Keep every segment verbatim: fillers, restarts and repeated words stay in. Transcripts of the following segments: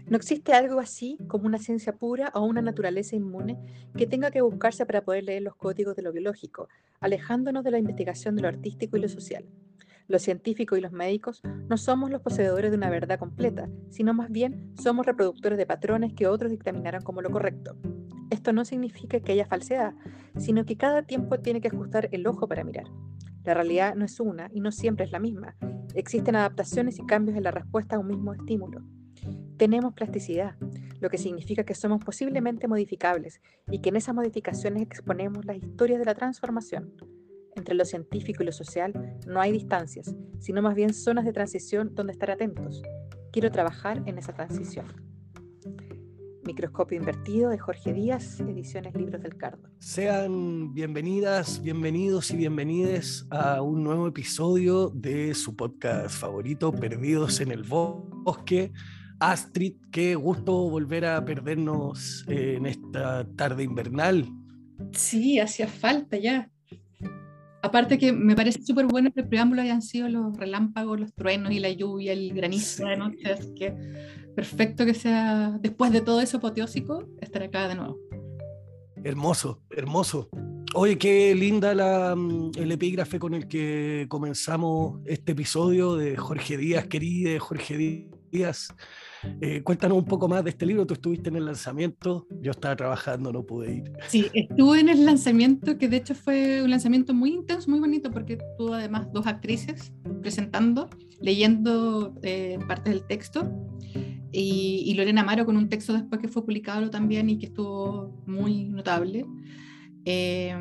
No existe algo así como una ciencia pura o una naturaleza inmune que tenga que buscarse para poder leer los códigos de lo biológico, alejándonos de la investigación de lo artístico y lo social. Los científicos y los médicos no somos los poseedores de una verdad completa, sino más bien somos reproductores de patrones que otros dictaminaron como lo correcto. Esto no significa que haya falsedad, sino que cada tiempo tiene que ajustar el ojo para mirar. La realidad no es una y no siempre es la misma. Existen adaptaciones y cambios en la respuesta a un mismo estímulo. Tenemos plasticidad, lo que significa que somos posiblemente modificables y que en esas modificaciones exponemos las historias de la transformación. Entre lo científico y lo social no hay distancias, sino más bien zonas de transición donde estar atentos. Quiero trabajar en esa transición. Microscopio invertido de Jorge Díaz, Ediciones Libros del Cardo. Sean bienvenidas, bienvenidos y bienvenides a un nuevo episodio de su podcast favorito, Perdidos en el Bosque. Astrid, qué gusto volver a perdernos en esta tarde invernal. Sí, hacía falta ya. Aparte que me parece súper bueno que el preámbulo hayan sido los relámpagos, los truenos y la lluvia, el granizo Sí. de la noche, así que perfecto que sea, después de todo eso apoteósico, estar acá de nuevo. Hermoso, hermoso. Oye, qué linda la, el epígrafe con el que comenzamos este episodio de Jorge Díaz, querida Jorge Díaz. Eh, cuéntanos un poco más de este libro. Tú estuviste en el lanzamiento, yo estaba trabajando, no pude ir. Sí, estuve en el lanzamiento, que de hecho fue un lanzamiento muy intenso, muy bonito, porque tuvo además dos actrices presentando, leyendo eh, partes del texto, y, y Lorena Amaro con un texto después que fue publicado también y que estuvo muy notable. Eh,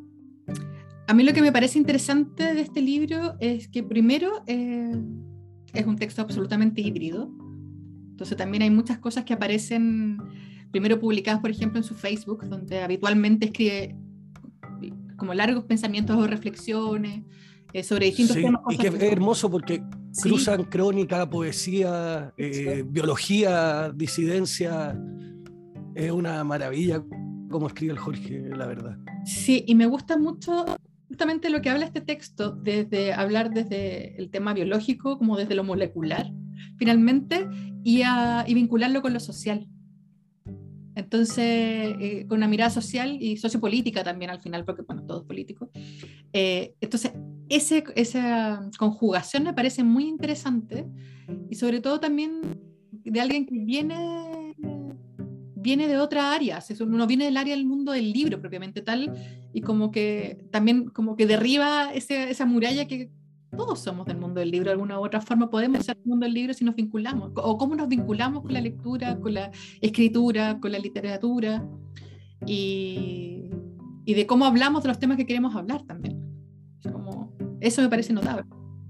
a mí lo que me parece interesante de este libro es que primero eh, es un texto absolutamente híbrido. Entonces también hay muchas cosas que aparecen primero publicadas, por ejemplo, en su Facebook, donde habitualmente escribe como largos pensamientos o reflexiones eh, sobre distintos Sí, temas. y que es hermoso porque Sí. cruzan crónica, poesía, eh, biología, disidencia. Es una maravilla cómo escribe el Jorge, la verdad. Sí, y me gusta mucho justamente lo que habla este texto, desde hablar desde el tema biológico, como desde lo molecular, finalmente, y, a, y vincularlo con lo social. Entonces, eh, con una mirada social y sociopolítica también al final, porque bueno, todo es político. Eh, entonces, ese, esa conjugación me parece muy interesante y sobre todo también de alguien que viene, viene de otra área, uno viene del área del mundo del libro propiamente tal y como que también como que derriba ese, esa muralla que todos somos del mundo del libro de alguna u otra forma, podemos ser del mundo del libro si nos vinculamos, o cómo nos vinculamos con la lectura, con la escritura, con la literatura y, y de cómo hablamos de los temas que queremos hablar también. Como, eso me parece notable.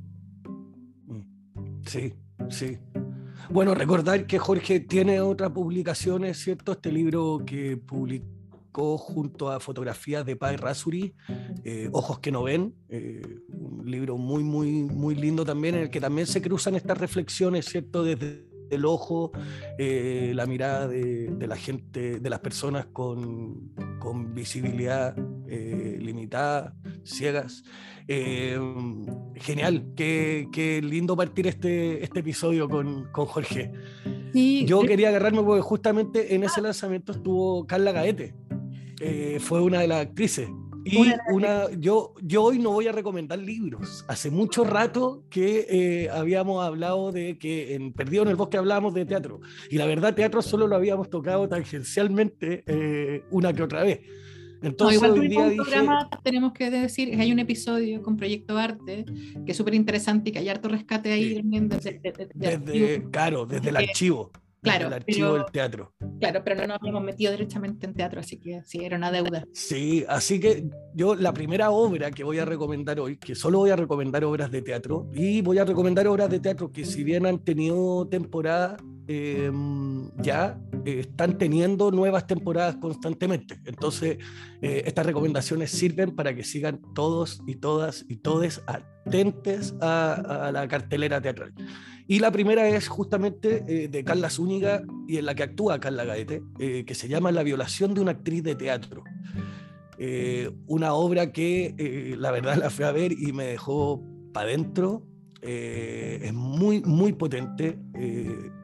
Sí, sí. Bueno, recordar que Jorge tiene otras publicaciones, ¿cierto? Este libro que publicó junto a fotografías de Pai Rasuri, eh, Ojos que no ven, eh, un libro muy, muy, muy lindo también, en el que también se cruzan estas reflexiones, ¿cierto? Desde el ojo, eh, la mirada de, de la gente, de las personas con, con visibilidad eh, limitada, ciegas. Eh, genial, qué, qué lindo partir este, este episodio con, con Jorge. Sí, Yo de... quería agarrarme porque justamente en ese lanzamiento estuvo Carla Gaete, eh, fue una de las actrices. Y una... una, yo, yo hoy no voy a recomendar libros. Hace mucho rato que eh, habíamos hablado de que en Perdido en el Bosque hablábamos de teatro. Y la verdad, teatro solo lo habíamos tocado tangencialmente eh, una que otra vez. Entonces no, igual hoy día un dije... programa, tenemos que decir que hay un episodio con Proyecto Arte que es súper interesante y que hay harto rescate ahí sí, también desde, sí. desde, desde, desde claro, desde el archivo. Desde claro, el archivo pero, del teatro. Claro, pero no nos habíamos metido directamente en teatro, así que sí, era una deuda. Sí, así que yo la primera obra que voy a recomendar hoy, que solo voy a recomendar obras de teatro, y voy a recomendar obras de teatro que si bien han tenido temporada, eh, ya eh, están teniendo nuevas temporadas constantemente. Entonces, eh, estas recomendaciones sirven para que sigan todos y todas y todes atentes a, a la cartelera teatral. Y la primera es justamente eh, de Carla Zúñiga y en la que actúa Carla Gaete, eh, que se llama La violación de una actriz de teatro. Eh, una obra que eh, la verdad la fui a ver y me dejó para adentro. Eh, es muy, muy potente. Eh,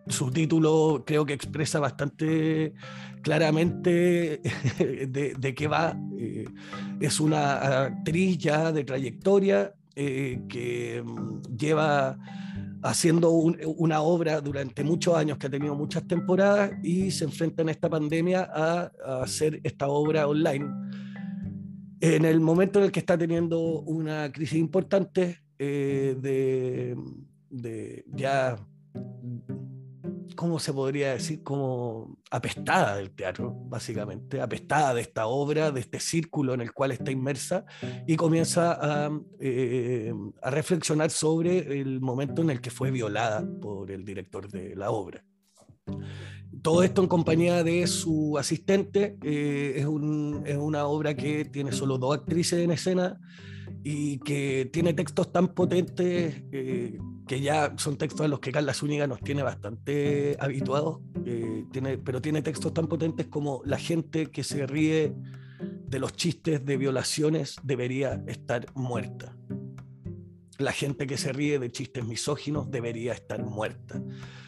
su título creo que expresa bastante claramente de, de qué va. Eh, es una actriz ya de trayectoria eh, que lleva haciendo un, una obra durante muchos años, que ha tenido muchas temporadas, y se enfrenta en esta pandemia a, a hacer esta obra online. En el momento en el que está teniendo una crisis importante eh, de, de ya, ¿cómo se podría decir? Como apestada del teatro, básicamente, apestada de esta obra, de este círculo en el cual está inmersa, y comienza a, eh, a reflexionar sobre el momento en el que fue violada por el director de la obra. Todo esto en compañía de su asistente. Eh, es, un, es una obra que tiene solo dos actrices en escena y que tiene textos tan potentes eh, que ya son textos a los que Carla Zúñiga nos tiene bastante habituados, eh, tiene, pero tiene textos tan potentes como: la gente que se ríe de los chistes de violaciones debería estar muerta. La gente que se ríe de chistes misóginos debería estar muerta.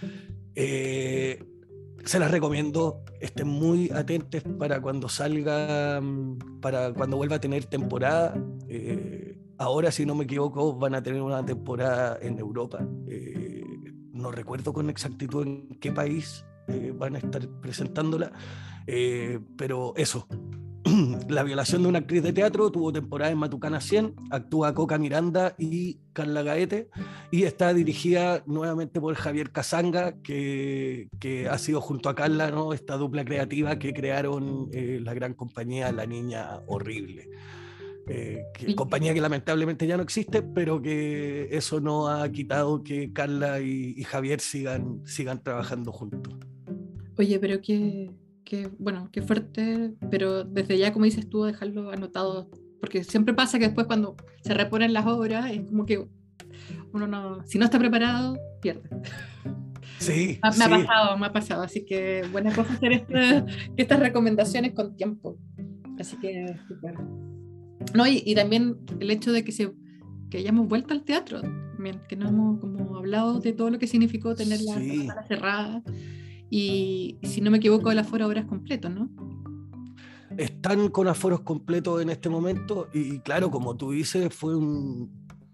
Eh, se las recomiendo, estén muy atentos para cuando salga, para cuando vuelva a tener temporada. Eh, ahora, si no me equivoco, van a tener una temporada en Europa. Eh, no recuerdo con exactitud en qué país eh, van a estar presentándola, eh, pero eso. La violación de una actriz de teatro tuvo temporada en Matucana cien, actúa Coca Miranda y Carla Gaete, y está dirigida nuevamente por Javier Casanga, que, que ha sido junto a Carla, ¿no?, esta dupla creativa que crearon eh, la gran compañía La Niña Horrible. Eh, que, compañía que lamentablemente ya no existe, pero que eso no ha quitado que Carla y, y Javier sigan, sigan trabajando juntos. Oye, pero qué, qué, bueno, qué fuerte, pero desde ya, como dices tú, dejarlo anotado, porque siempre pasa que después cuando se reponen las obras, es como que uno no, si no está preparado, pierde. Sí, me, sí. me ha pasado, me ha pasado, así que buena cosa hacer esta, estas recomendaciones con tiempo. Así que, super. No, y, y también el hecho de que, se, que hayamos vuelto al teatro, que no hemos como hablado de todo lo que significó tener sí. la sala cerrada, y si no me equivoco el aforo ahora es completo, ¿no? Están con aforos completos en este momento, y claro, como tú dices, fue un,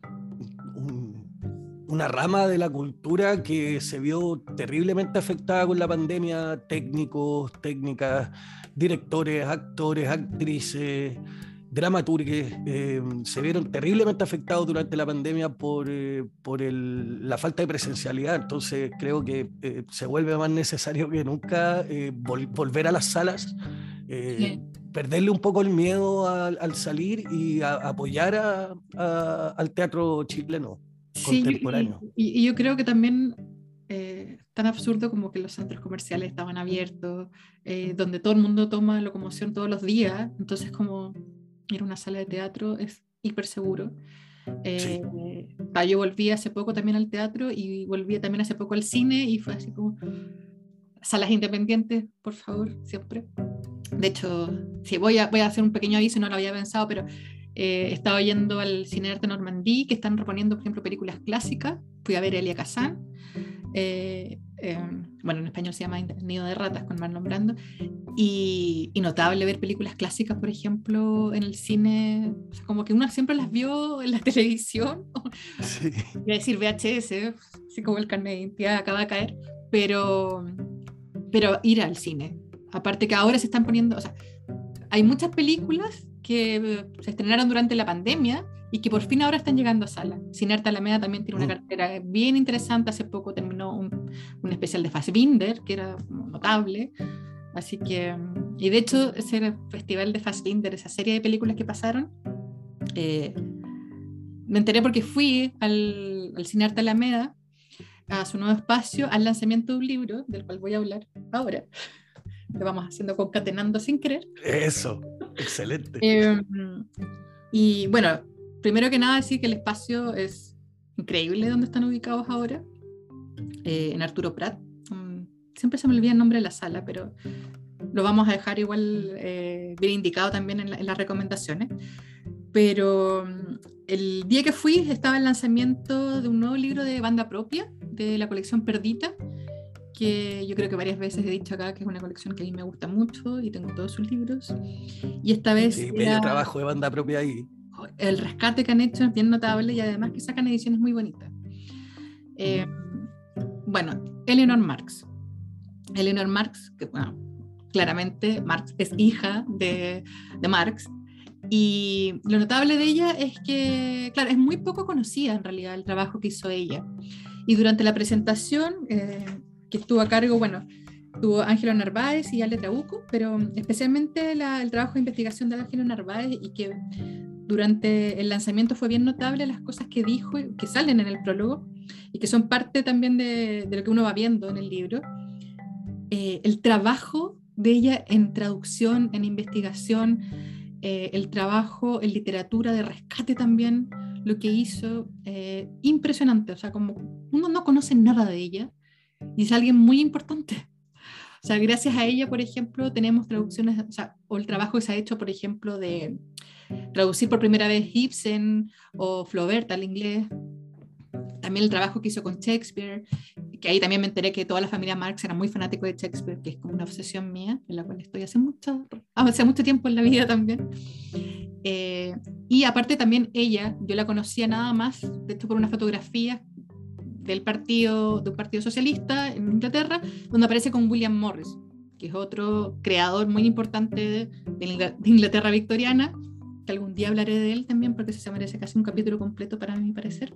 un, una rama de la cultura que se vio terriblemente afectada con la pandemia. Técnicos, técnicas, directores, actores, actrices, dramaturgues, eh, se vieron terriblemente afectados durante la pandemia por, eh, por el, la falta de presencialidad. Entonces creo que eh, se vuelve más necesario que nunca eh, vol volver a las salas, eh, sí. perderle un poco el miedo al, al salir y a, a apoyar a, a, al teatro chileno contemporáneo. Sí, y, y, y yo creo que también eh, tan absurdo como que los centros comerciales estaban abiertos, eh, donde todo el mundo toma locomoción todos los días, entonces como ir a una sala de teatro es hiper seguro. Eh, sí. Yo volví hace poco también al teatro y volví también hace poco al cine, y fue así como salas independientes, por favor, siempre. De hecho, sí, voy a, voy a hacer un pequeño aviso, no lo había pensado, pero eh, estaba yendo al Cine Arte Normandí, que están reponiendo, por ejemplo, películas clásicas. Fui a ver Elia Kazan. Eh, eh, bueno, en español se llama Nido de Ratas, con Marlon Brando, y, y notable ver películas clásicas, por ejemplo, en el cine, o sea, como que uno siempre las vio en la televisión, sí. Iba a decir V H S, así como el carnet de identidad acaba de caer, pero, pero ir al cine, aparte que ahora se están poniendo, o sea, hay muchas películas que se estrenaron durante la pandemia y que por fin ahora están llegando a sala. Cine Arte Alameda también tiene una cartera bien interesante. Hace poco terminó un, un especial de Fassbinder, que era notable. Así que, y de hecho, ese festival de Fassbinder, esa serie de películas que pasaron, eh, me enteré porque fui al, al Cine Arte Alameda, a su nuevo espacio, al lanzamiento de un libro, del cual voy a hablar ahora. Lo vamos haciendo concatenando sin querer. Eso, excelente. Eh, y bueno, primero que nada decir que el espacio es increíble donde están ubicados ahora, eh, en Arturo Prat. Um, siempre se me olvida el nombre de la sala, pero lo vamos a dejar igual eh, bien indicado también en, la, en las recomendaciones. Pero um, el día que fui estaba el lanzamiento de un nuevo libro de banda propia, de la colección Perdita, que yo creo que varias veces he dicho acá que es una colección que a mí me gusta mucho y tengo todos sus libros. Y esta vez Sí, era bello trabajo de banda propia ahí. el rescate que han hecho es bien notable y además que sacan ediciones muy bonitas. Eh, bueno, Eleanor Marx. Eleanor Marx, que bueno, claramente Marx es hija de, de Marx. Y lo notable de ella es que, claro, es muy poco conocida en realidad el trabajo que hizo ella. Y durante la presentación, eh, que estuvo a cargo, bueno, tuvo Ángelo Narváez y Ale Trabuco, pero especialmente la, el trabajo de investigación de Ángelo Narváez, y que durante el lanzamiento fue bien notable las cosas que dijo, que salen en el prólogo, y que son parte también de, de lo que uno va viendo en el libro. Eh, el trabajo de ella en traducción, en investigación, eh, el trabajo en literatura de rescate también, lo que hizo, eh, impresionante. O sea, como uno no conoce nada de ella y es alguien muy importante. O sea, gracias a ella, por ejemplo, tenemos traducciones, o sea, o el trabajo que se ha hecho, por ejemplo, de traducir por primera vez Ibsen o Flaubert al inglés. También el trabajo que hizo con Shakespeare, que ahí también me enteré que toda la familia Marx era muy fanático de Shakespeare, que es como una obsesión mía, en la cual estoy hace mucho, hace mucho tiempo en la vida también. Eh, y aparte también ella, yo la conocía nada más, de hecho por una fotografía del partido, de un partido socialista en Inglaterra, donde aparece con William Morris, que es otro creador muy importante de, de Inglaterra victoriana, que algún día hablaré de él también, porque se merece casi un capítulo completo para mi parecer.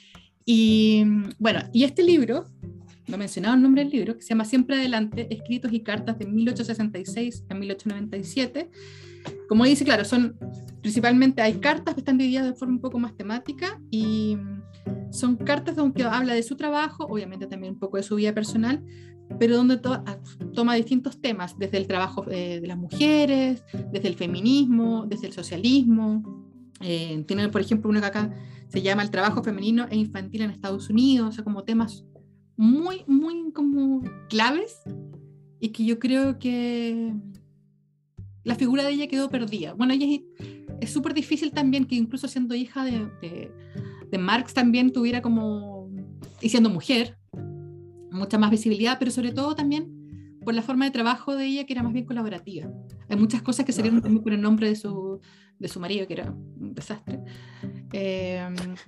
Y bueno, y este libro, no he mencionado el nombre del libro, que se llama Siempre Adelante, Escritos y Cartas de mil ochocientos sesenta y seis a mil ochocientos noventa y siete. Como dice, claro, son principalmente, hay cartas que están divididas de forma un poco más temática, y son cartas donde habla de su trabajo, obviamente también un poco de su vida personal, pero donde to toma distintos temas, desde el trabajo eh, de las mujeres, desde el feminismo, desde el socialismo. Eh, tiene, por ejemplo, uno que acá se llama El trabajo femenino e infantil en Estados Unidos, o sea, como temas muy, muy como claves, y que yo creo que la figura de ella quedó perdida. Bueno, ella es súper difícil también que incluso siendo hija de, de, de Marx también tuviera como, y siendo mujer, mucha más visibilidad, pero sobre todo también por la forma de trabajo de ella, que era más bien colaborativa. Hay muchas cosas que salieron también por el nombre de su, de su marido, que era un desastre. Eh...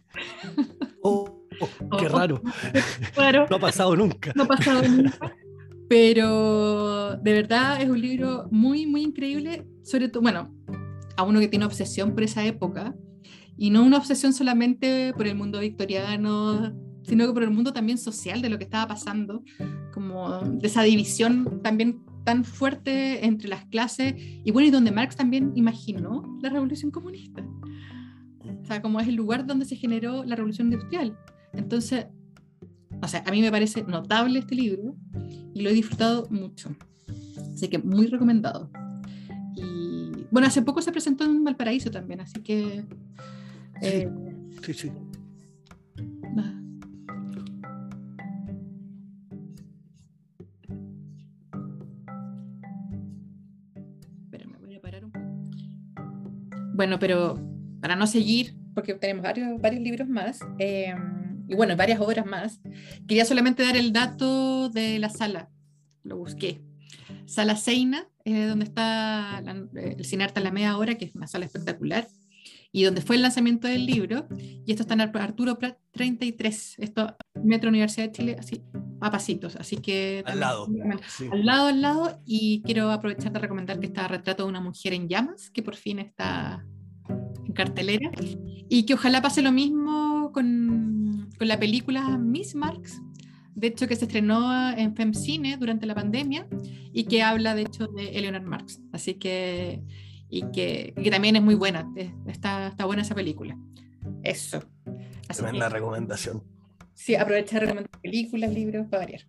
Oh, oh, qué raro. Claro. No ha pasado nunca. No ha pasado nunca. Pero de verdad es un libro muy, muy increíble, sobre todo, bueno, a uno que tiene obsesión por esa época, y no una obsesión solamente por el mundo victoriano, sino que por el mundo también social de lo que estaba pasando, como de esa división también tan fuerte entre las clases, y bueno, y donde Marx también imaginó la revolución comunista. O sea, como es el lugar donde se generó la revolución industrial. Entonces, o sea, a mí me parece notable este libro y lo he disfrutado mucho. Así que muy recomendado. Y bueno, hace poco se presentó en Valparaíso también, así que... Eh, sí, sí, sí. Nada. Espérame, voy a parar un poco. Bueno, pero para no seguir, porque tenemos varios, varios libros más, eh, y bueno, varias obras más, quería solamente dar el dato de la sala. Lo busqué. Sala Seina, eh, donde está la, el Cinearte Alameda ahora, que es una sala espectacular, y donde fue el lanzamiento del libro. Y esto está en Arturo Prat treinta y tres, esto, Metro Universidad de Chile, así, a pasitos. Así que al lado. Sí. Al lado, al lado. Y quiero aprovechar de recomendar que está Retrato de una mujer en llamas, que por fin está en cartelera. Y que ojalá pase lo mismo con, con la película Miss Marx, de hecho que se estrenó en FemCine durante la pandemia y que habla de hecho de Eleanor Marx, así que y que, que también es muy buena, está, está buena esa película. Eso. Así Tremenda que, recomendación. Sí, aprovechar de recomendar películas, libros, para variar.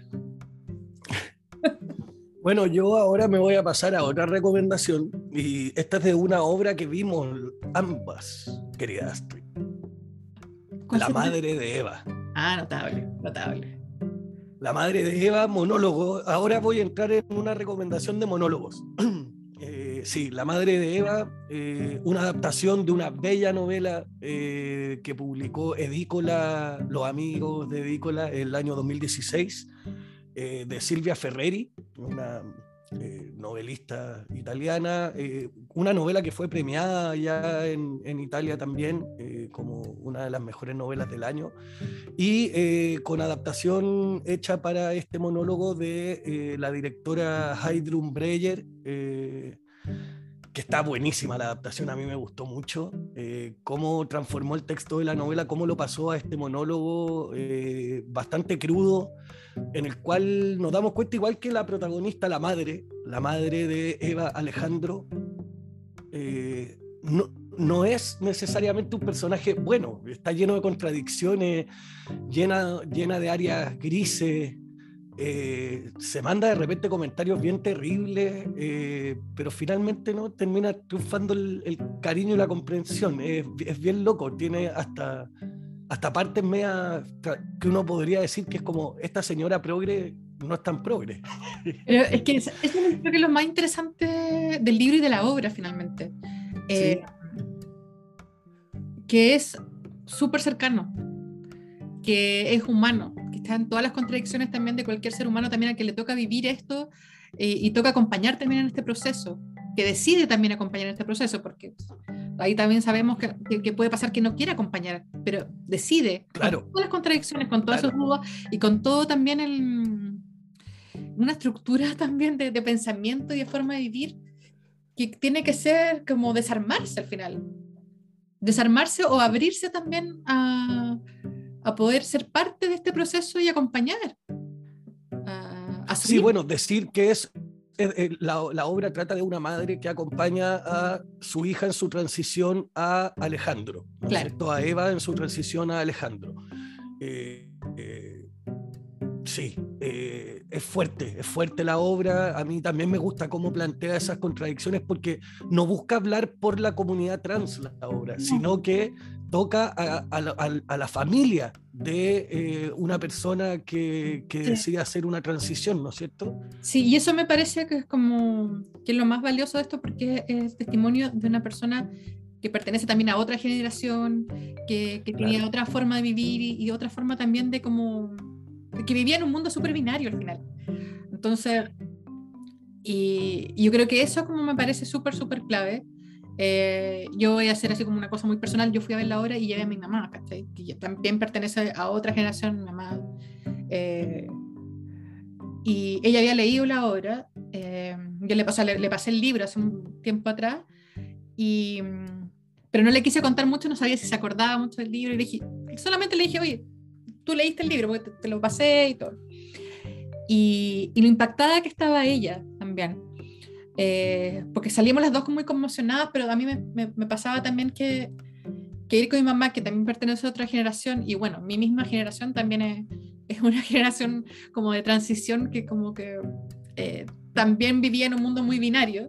Bueno, yo ahora me voy a pasar a otra recomendación, y esta es de una obra que vimos ambas, querida Astrid. La madre de Eva. Ah, notable, notable. La madre de Eva, monólogo. Ahora voy a entrar en una recomendación de monólogos. eh, sí, La madre de Eva, eh, una adaptación de una bella novela eh, que publicó Edícola, los amigos de Edícola, el año dos mil dieciséis. eh, de Silvia Ferreri, una eh, novelista italiana, eh, una novela que fue premiada ya en, en Italia también, eh, como una de las mejores novelas del año, y eh, con adaptación hecha para este monólogo de eh, la directora Heidrun Breyer, eh, que está buenísima la adaptación, a mí me gustó mucho, eh, cómo transformó el texto de la novela, cómo lo pasó a este monólogo eh, bastante crudo, en el cual nos damos cuenta, igual que la protagonista, la madre, la madre de Eva Alejandro, eh, no, no es necesariamente un personaje bueno, está lleno de contradicciones, llena, llena de áreas grises, eh, se manda de repente comentarios bien terribles, eh, pero finalmente no termina triunfando el, el cariño y la comprensión. Es, es bien loco, tiene hasta, hasta partes media que uno podría decir que es como esta señora progre no es tan progre. Pero es que eso es creo que lo más interesante del libro y de la obra finalmente, eh, sí. Que es súper cercano, que es humano, que está en todas las contradicciones también de cualquier ser humano también al que le toca vivir esto eh, y toca acompañar también en este proceso, que decide también acompañar en este proceso, porque ahí también sabemos que, que, que puede pasar que no quiera acompañar, pero decide, claro. Con todas las contradicciones, con todas claro. sus dudas y con todo también el, una estructura también de, de pensamiento y de forma de vivir que tiene que ser como desarmarse al final, desarmarse o abrirse también a a poder ser parte de este proceso y acompañar. A, a sí, bueno, decir que es, es, es la, la obra trata de una madre que acompaña a su hija en su transición a Alejandro, ¿no es cierto? A Eva en su transición a Alejandro. Eh, eh, sí, eh, es fuerte, es fuerte la obra. A mí también me gusta cómo plantea esas contradicciones porque no busca hablar por la comunidad trans la obra, sino que toca a, a, a, a la familia de eh, una persona que, que sí. decide hacer una transición, ¿no es cierto? Sí, y eso me parece que es como que es lo más valioso de esto porque es testimonio de una persona que pertenece también a otra generación, que, que claro. tenía otra forma de vivir y, y otra forma también de como que vivía en un mundo súper binario al final. Entonces, y, y yo creo que eso como me parece súper, súper clave. Eh, yo voy a hacer así como una cosa muy personal. Yo fui a ver la obra y llevé a mi mamá, ¿cachai? Que también pertenece a otra generación, mi mamá. Eh, y ella había leído la obra. Eh, yo le pasé, le, le pasé el libro hace un tiempo atrás. Y, pero no le quise contar mucho, no sabía si se acordaba mucho del libro. Y le dije, solamente le dije, oye, tú leíste el libro, porque te, te lo pasé y todo. Y, y lo impactada que estaba ella también. Eh, porque salíamos las dos muy conmocionadas, pero a mí me, me, me pasaba también que, que ir con mi mamá, que también pertenece a otra generación, y bueno, mi misma generación también es, es una generación como de transición que como que eh, también vivía en un mundo muy binario.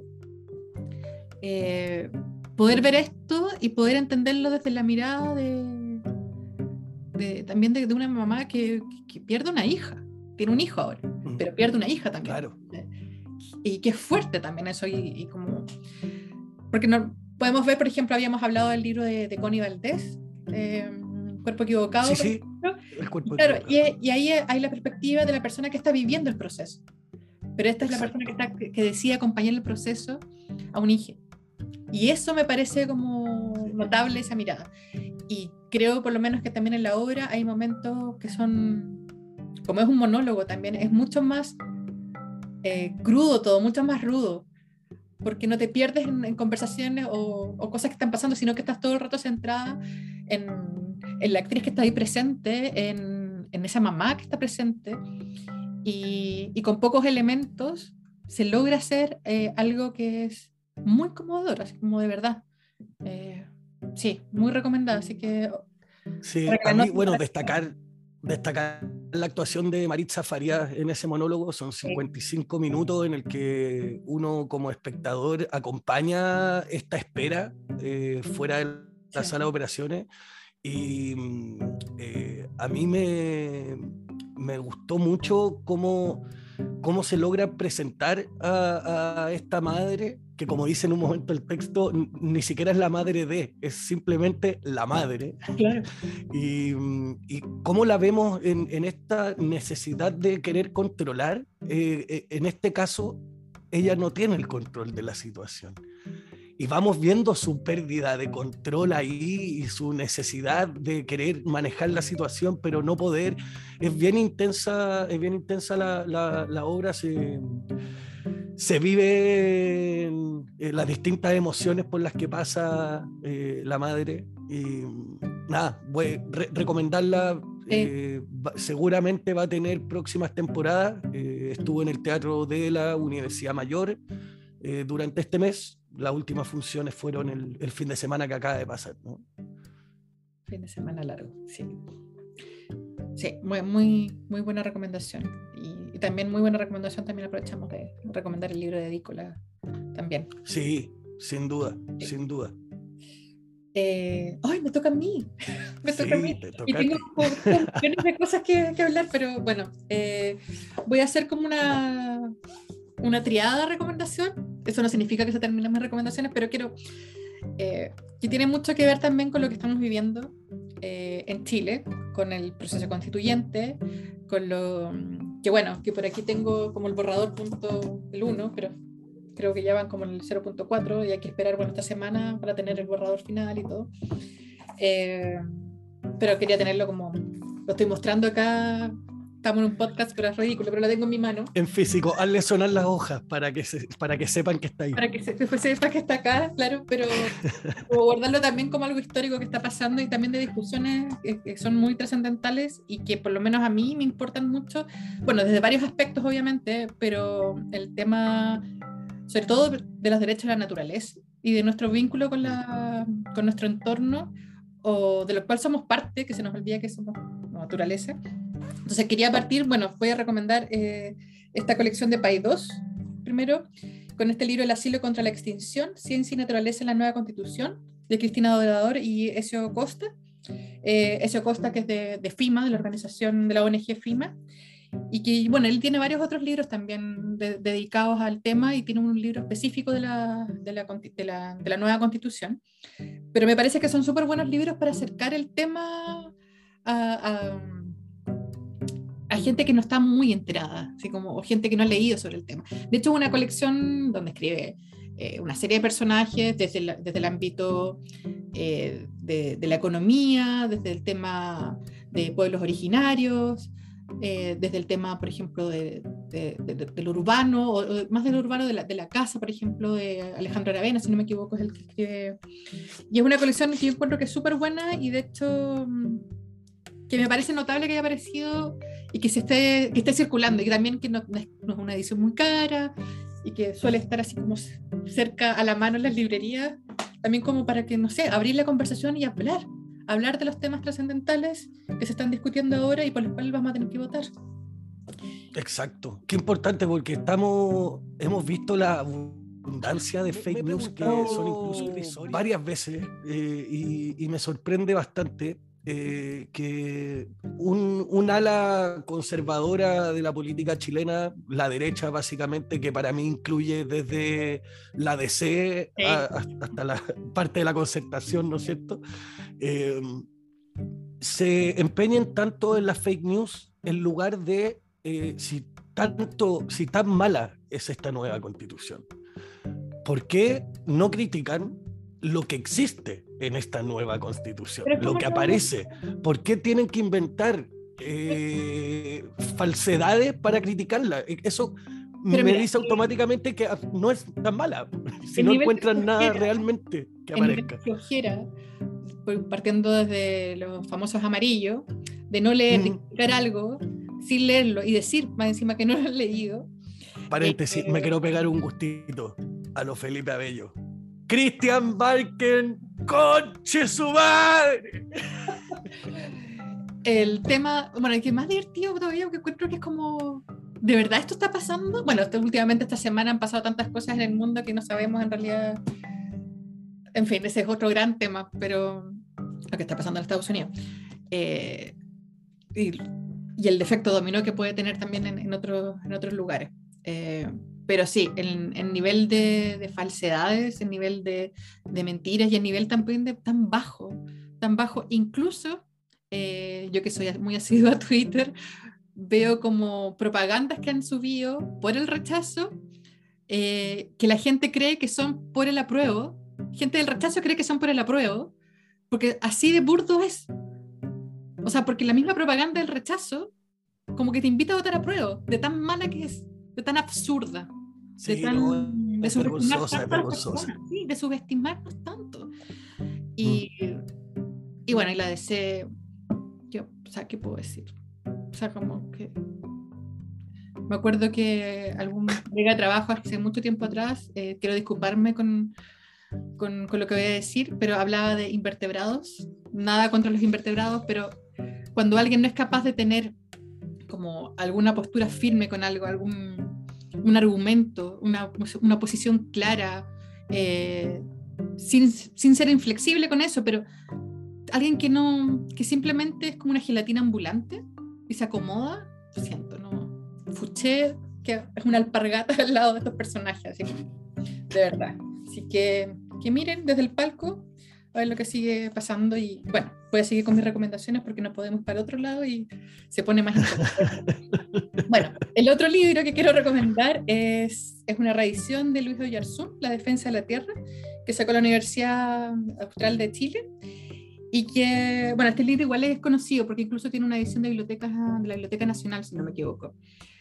Eh, poder ver esto y poder entenderlo desde la mirada de, de también de, de una mamá que, que pierde una hija, tiene un hijo ahora, pero pierde una hija también. Claro. Y que es fuerte también eso, y, y como porque no podemos ver, por ejemplo, habíamos hablado del libro de, de Connie Valdés, eh, Cuerpo Equivocado, sí, sí, el cuerpo claro, equivocado. Y, y ahí hay la perspectiva de la persona que está viviendo el proceso, pero esta es Exacto. la persona que, está, que, que decide acompañar el proceso a un hijo, y eso me parece como notable, esa mirada. Y creo por lo menos que también en la obra hay momentos que son, como es un monólogo también, es mucho más Eh, crudo todo, mucho más rudo, porque no te pierdes en, en conversaciones o, o cosas que están pasando, sino que estás todo el rato centrada en, en la actriz que está ahí presente, en, en esa mamá que está presente, y, y con pocos elementos se logra hacer eh, algo que es muy conmovedor, así como de verdad. Eh, sí, muy recomendado, así que... Sí, a mí, bueno, destacar... Destacar la actuación de Maritza Farías en ese monólogo. Son cincuenta y cinco minutos en el que uno como espectador acompaña esta espera eh, fuera de la sí. sala de operaciones, y eh, a mí me, me gustó mucho cómo, cómo se logra presentar a, a esta madre que como dice en un momento el texto, ni siquiera es la madre de, es simplemente la madre. Claro. Y, y cómo la vemos en, en esta necesidad de querer controlar, eh, en este caso, ella no tiene el control de la situación. Y vamos viendo su pérdida de control ahí y su necesidad de querer manejar la situación, pero no poder. Es bien intensa, es bien intensa la, la, la obra, se, se vive en, en las distintas emociones por las que pasa eh, la madre. Y nada, voy a re recomendarla. Eh, va, seguramente va a tener próximas temporadas. Eh, estuvo en el Teatro de la Universidad Mayor eh, durante este mes. Las últimas funciones fueron el, el fin de semana que acaba de pasar, ¿no? Fin de semana largo, sí. Sí, muy, muy, muy buena recomendación. Y, y también muy buena recomendación, también aprovechamos de recomendar el libro de Edícola también. Sí, sin duda, sí. sin duda. Eh, ¡Ay, me toca a mí! me sí, toca a mí. Te toca y tengo millones de cosas que, que hablar, pero bueno, eh, voy a hacer como una, una triada de recomendación. Eso no significa que se terminen mis recomendaciones, pero quiero... Eh, que tiene mucho que ver también con lo que estamos viviendo eh, en Chile, con el proceso constituyente, con lo que bueno, que por aquí tengo como el borrador punto el uno, pero creo que ya van como en el cero punto cuatro y hay que esperar bueno, esta semana para tener el borrador final y todo. Eh, pero quería tenerlo como, lo estoy mostrando acá. Estamos en un podcast, pero es ridículo, pero lo tengo en mi mano. En físico, hazle sonar las hojas para que, se, para que sepan que está ahí. Para que se, que sepa que está acá, claro, pero guardarlo también como algo histórico que está pasando y también de discusiones que, que son muy trascendentales y que por lo menos a mí me importan mucho, bueno, desde varios aspectos obviamente, pero el tema, sobre todo de los derechos de la naturaleza y de nuestro vínculo con, la, con nuestro entorno, o de lo cual somos parte, que se nos olvida que somos naturaleza. Entonces quería partir, bueno, voy a recomendar eh, esta colección de Paidós, primero, con este libro El asilo contra la extinción, Ciencia y Naturaleza en la Nueva Constitución, de Cristina Dorador y Ezio Costa. Eh, Ezio Costa, que es de, de FIMA, de la organización de la O N G FIMA, y que, bueno, él tiene varios otros libros también de, dedicados al tema y tiene un libro específico de la, de la, de la, de la nueva Constitución. Pero me parece que son súper buenos libros para acercar el tema a... a a gente que no está muy enterada, así como, o gente que no ha leído sobre el tema. De hecho, es una colección donde escribe eh, una serie de personajes desde, la, desde el ámbito eh, de, de la economía, desde el tema de pueblos originarios, eh, desde el tema, por ejemplo, de, de, de, de, del urbano, o, o más del urbano de la, de la casa, por ejemplo, de Alejandro Aravena, si no me equivoco, es el que escribe. Y es una colección que yo encuentro que es súper buena y de hecho... que me parece notable que haya aparecido y que, se esté, que esté circulando y que también que no, no, es, no es una edición muy cara y que suele estar así como cerca a la mano en las librerías, también como para que, no sé, abrir la conversación y hablar, hablar de los temas trascendentales que se están discutiendo ahora y por los cuales vamos a tener que votar. Exacto, qué importante porque estamos, hemos visto la abundancia de fake news que son incluso irrisorias varias veces eh, y, y me sorprende bastante. Eh, que un, un ala conservadora de la política chilena, la derecha básicamente, que para mí incluye desde la D C sí. a, hasta la parte de la concertación, ¿no es cierto? Eh, se empeñen tanto en las fake news en lugar de eh, si, tanto, si tan mala es esta nueva constitución. ¿Por qué no critican lo que existe en esta nueva constitución, lo que aparece? ¿Por qué tienen que inventar eh, falsedades para criticarla? Eso Pero me mira, dice automáticamente que no es tan mala, si no encuentran nada realmente que aparezca. El ojera, partiendo desde los famosos amarillos, de no leer, mm. de criticar algo sin leerlo y decir más encima que no lo han leído. Paréntesis, eh, me quiero pegar un gustito a lo Felipe Abello. Christian Barken, conche su madre. El tema, bueno, el que es más divertido todavía, porque encuentro que es como, ¿de verdad esto está pasando? Bueno, esto, últimamente esta semana han pasado tantas cosas en el mundo que no sabemos en realidad. En fin, ese es otro gran tema, pero lo que está pasando en Estados Unidos. Eh, y, y el efecto dominó que puede tener también en, en, otro, en otros lugares. Eh, pero sí, el, el nivel de, de falsedades, el nivel de, de mentiras y el nivel también de, tan bajo, tan bajo, incluso eh, yo que soy muy asidua a Twitter, veo como propagandas que han subido por el rechazo, eh, que la gente cree que son por el apruebo, gente del rechazo cree que son por el apruebo, porque así de burdo es. O sea, porque la misma propaganda del rechazo como que te invita a votar apruebo, de tan mala que es, de tan absurda, de Sí, tan... no, de es subestimar vergonzosa, es tanto a las vergonzosa. personas, sí, de subestimarnos tanto. Y, Mm. y bueno, y la D C, yo, o sea, ¿qué puedo decir? O sea, como que... Me acuerdo que algún colega de trabajo hace mucho tiempo atrás, eh, quiero disculparme con, con, con lo que voy a decir, pero hablaba de invertebrados, nada contra los invertebrados, pero cuando alguien no es capaz de tener como alguna postura firme con algo, algún un argumento, una, una posición clara, eh, sin, sin ser inflexible con eso, pero alguien que no, que simplemente es como una gelatina ambulante y se acomoda, lo siento, no. Fouché, que es una alpargata al lado de estos personajes, así que, de verdad. Así que, que miren desde el palco a ver lo que sigue pasando y bueno, voy a seguir con mis recomendaciones porque no podemos ir para otro lado y se pone más interesante. Bueno, el otro libro que quiero recomendar es, es una reedición de Luis Oyarzún, La defensa de la tierra, que sacó la Universidad Austral de Chile. Y que, bueno, este libro igual es conocido porque incluso tiene una edición de, bibliotecas, de la Biblioteca Nacional, si no me equivoco.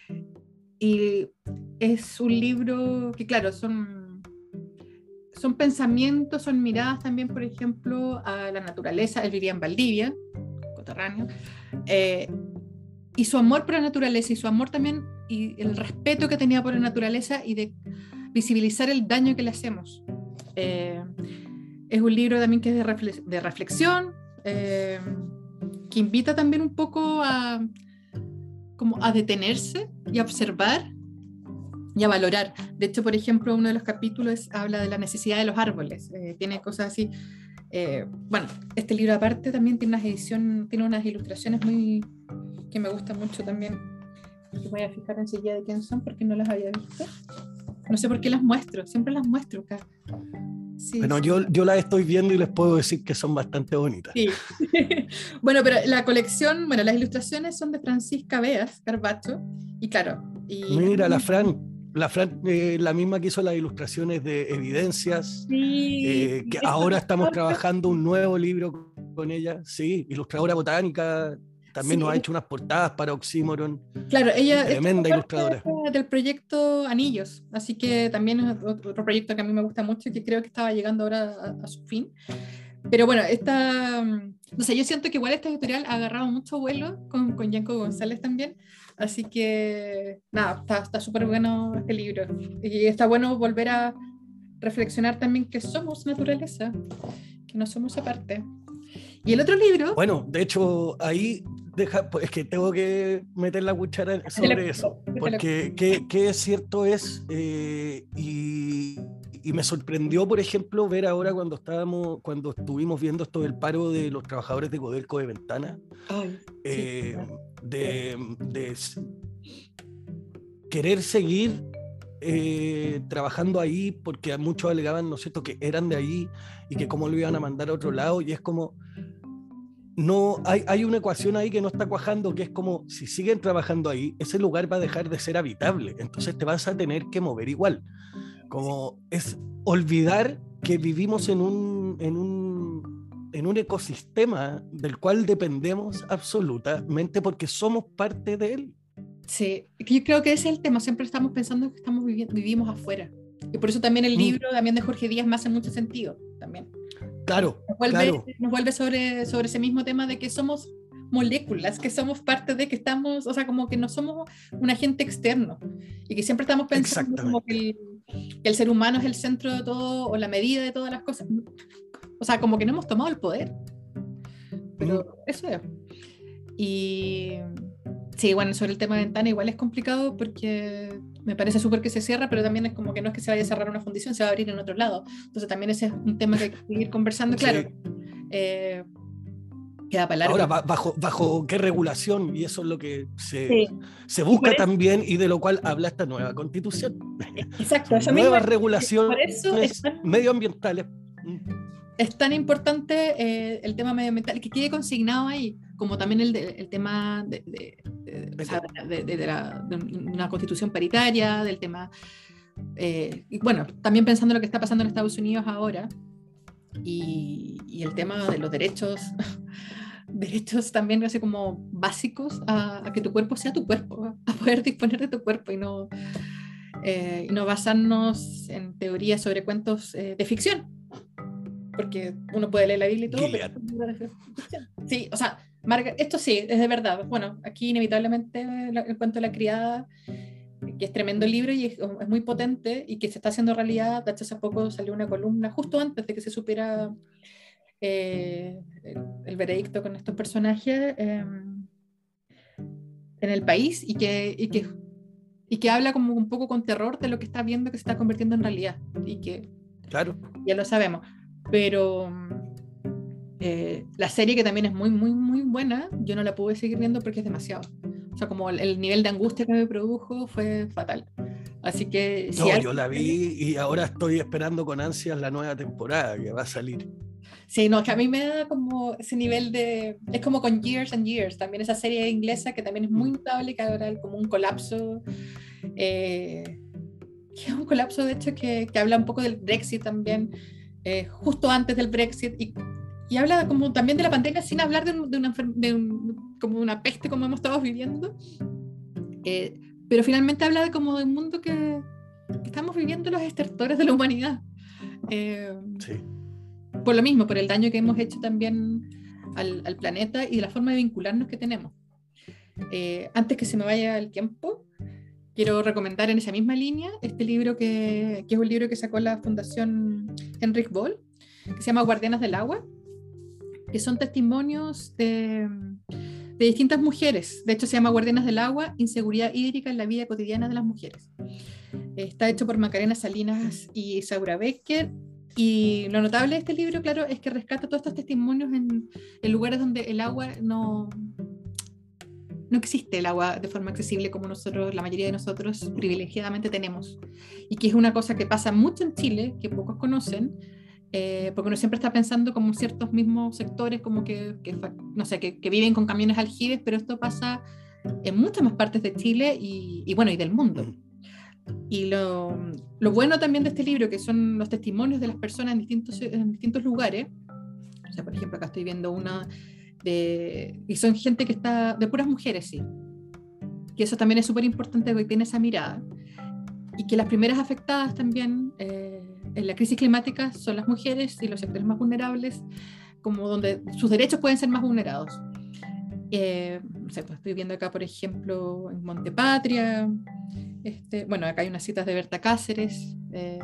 Y es un libro que, claro, son, son pensamientos, son miradas también, por ejemplo, a la naturaleza. Él vivía en Valdivia, coterráneo, eh, y su amor por la naturaleza y su amor también y el respeto que tenía por la naturaleza y de visibilizar el daño que le hacemos. Eh, es un libro también que es de, reflex de reflexión, eh, que invita también un poco a, como a detenerse y a observar y a valorar. De hecho, por ejemplo, uno de los capítulos habla de la necesidad de los árboles. Eh, tiene cosas así. Eh, bueno, este libro aparte también tiene unas ediciones, tiene unas ilustraciones muy que me gustan mucho también. Me voy a fijar enseguida de quién son porque no las había visto. No sé por qué las muestro, siempre las muestro acá. Sí, Bueno, sí. yo, yo las estoy viendo y les puedo decir que son bastante bonitas. Sí. Bueno, pero la colección, bueno, las ilustraciones son de Francisca Beas Carbacho, y claro, y Mira, la Fran, la Fran, eh, la misma que hizo las ilustraciones de Evidencias, sí, eh, que esto- ahora estamos trabajando un nuevo libro con ella, sí, ilustradora botánica, también nos ha sí, hecho unas portadas para Oxímoron, claro, ella esto tremenda es parte ilustradora. de- del proyecto Anillos, así que también es otro, otro proyecto que a mí me gusta mucho y que creo que estaba llegando ahora a, a su fin. Pero bueno, esta, mm, no sé, yo siento que igual esta editorial ha agarrado mucho vuelo con, con Yanko González también, así que nada, está súper bueno este libro y está bueno volver a reflexionar también que somos naturaleza, que no somos aparte. Y el otro libro, Bueno, de hecho, ahí deja, pues, es que tengo que meter la cuchara sobre eso, porque qué, qué cierto es, eh, y, y me sorprendió, por ejemplo, ver ahora cuando estábamos, cuando estuvimos viendo esto del paro de los trabajadores de Codelco de Ventana, ay, eh, sí, de, de querer seguir eh, trabajando ahí, porque muchos alegaban, ¿no es cierto?, que eran de ahí y que cómo lo iban a mandar a otro lado, y es como, no, hay, hay una ecuación ahí que no está cuajando, que es como, si siguen trabajando ahí, ese lugar va a dejar de ser habitable, entonces te vas a tener que mover igual, como es olvidar que vivimos en un, en un, en un ecosistema del cual dependemos absolutamente porque somos parte de él. sí, yo creo que ese es el tema, siempre estamos pensando que estamos viviendo, vivimos afuera. Y por eso también el libro Mm, también de Jorge Díaz me hace mucho sentido también. claro, Nos vuelve, claro. nos vuelve sobre, sobre ese mismo tema de que somos moléculas, que somos parte de, que estamos, o sea, como que no somos un agente externo y que siempre estamos pensando como que Exactamente. el, que el ser humano es el centro de todo o la medida de todas las cosas. O sea, como que no hemos tomado el poder. Pero Mm, eso es. Y sí, bueno, sobre el tema de Ventana igual es complicado porque me parece súper que se cierra, pero también es como que no es que se vaya a cerrar una fundición, se va a abrir en otro lado. Entonces también ese es un tema que hay que seguir conversando. Claro, sí. eh, queda para largo. Ahora, ba- bajo, ¿bajo qué regulación? Y eso es lo que se, Sí. se busca Y por eso- también y de lo cual habla esta nueva constitución. Exacto, Son eso mismo. nuevas Por regulaciones eso es tan, medioambientales. es tan importante eh, el tema medioambiental, que quede consignado ahí, como también el, de- el tema de, de- de- o sea, de- de- de la- de una constitución paritaria, del tema, eh, y bueno, también pensando en lo que está pasando en Estados Unidos ahora, y, y el tema de los derechos, derechos también así como básicos a, a que tu cuerpo sea tu cuerpo, a poder disponer de tu cuerpo y no, eh, y no basarnos en teorías sobre cuentos eh, de ficción. Porque uno puede leer la Biblia y todo, Gilead. pero es un libro de ficción. Sí, o sea, Marga, esto sí, es de verdad. Bueno, aquí inevitablemente la, el cuento de la criada, que es tremendo libro y es, es muy potente y que se está haciendo realidad. De hecho, hace poco salió una columna justo antes de que se supiera eh, el, el veredicto con estos personajes eh, en el país y que, y, que, y que habla como un poco con terror de lo que está viendo que se está convirtiendo en realidad y que Claro. ya lo sabemos. Pero eh, la serie, que también es muy, muy, muy buena, yo no la pude seguir viendo porque es demasiado. O sea, como el, el nivel de angustia que me produjo fue fatal. Así que si No, alguien... yo la vi y ahora estoy esperando con ansias la nueva temporada que va a salir. Sí, no, es que a mí me da como ese nivel de... Es como con Years and Years, también esa serie inglesa que también es muy notable, que ahora hay como un colapso, eh, que es un colapso de hecho que, que habla un poco del Brexit también, eh, justo antes del Brexit, y, y habla como también de la pandemia sin hablar de, un, de, una, de un, como una peste como hemos estado viviendo, eh, pero finalmente habla de como de un mundo que, que estamos viviendo los estertores de la humanidad. Eh, Sí. Por lo mismo, por el daño que hemos hecho también al, al planeta y de la forma de vincularnos que tenemos. Eh, antes que se me vaya el tiempo, quiero recomendar en esa misma línea este libro que, que es un libro que sacó la Fundación Henrik Böll, que se llama Guardianas del Agua, que son testimonios de, de distintas mujeres. De hecho, se llama Guardianas del Agua, inseguridad hídrica en la vida cotidiana de las mujeres. Está hecho por Macarena Salinas y Isaura Becker. Y lo notable de este libro, claro, es que rescata todos estos testimonios en, en lugares donde el agua no, no existe, el agua de forma accesible como nosotros, la mayoría de nosotros privilegiadamente tenemos. Y que es una cosa que pasa mucho en Chile, que pocos conocen, eh, porque uno siempre está pensando como ciertos mismos sectores, como que, que no sé, que, que viven con camiones aljibes, pero esto pasa en muchas más partes de Chile y, y bueno, y del mundo. Y lo, lo bueno también de este libro, que son los testimonios de las personas en distintos, en distintos lugares. O sea, por ejemplo, acá estoy viendo una de... Y son gente que está... de puras mujeres, sí. Que eso también es súper importante porque tiene esa mirada. Y que las primeras afectadas también eh, en la crisis climática son las mujeres y los sectores más vulnerables, como donde sus derechos pueden ser más vulnerados. Eh, no sé, pues estoy viendo acá, por ejemplo, en Montepatria. Este, bueno, acá hay unas citas de Berta Cáceres. Eh,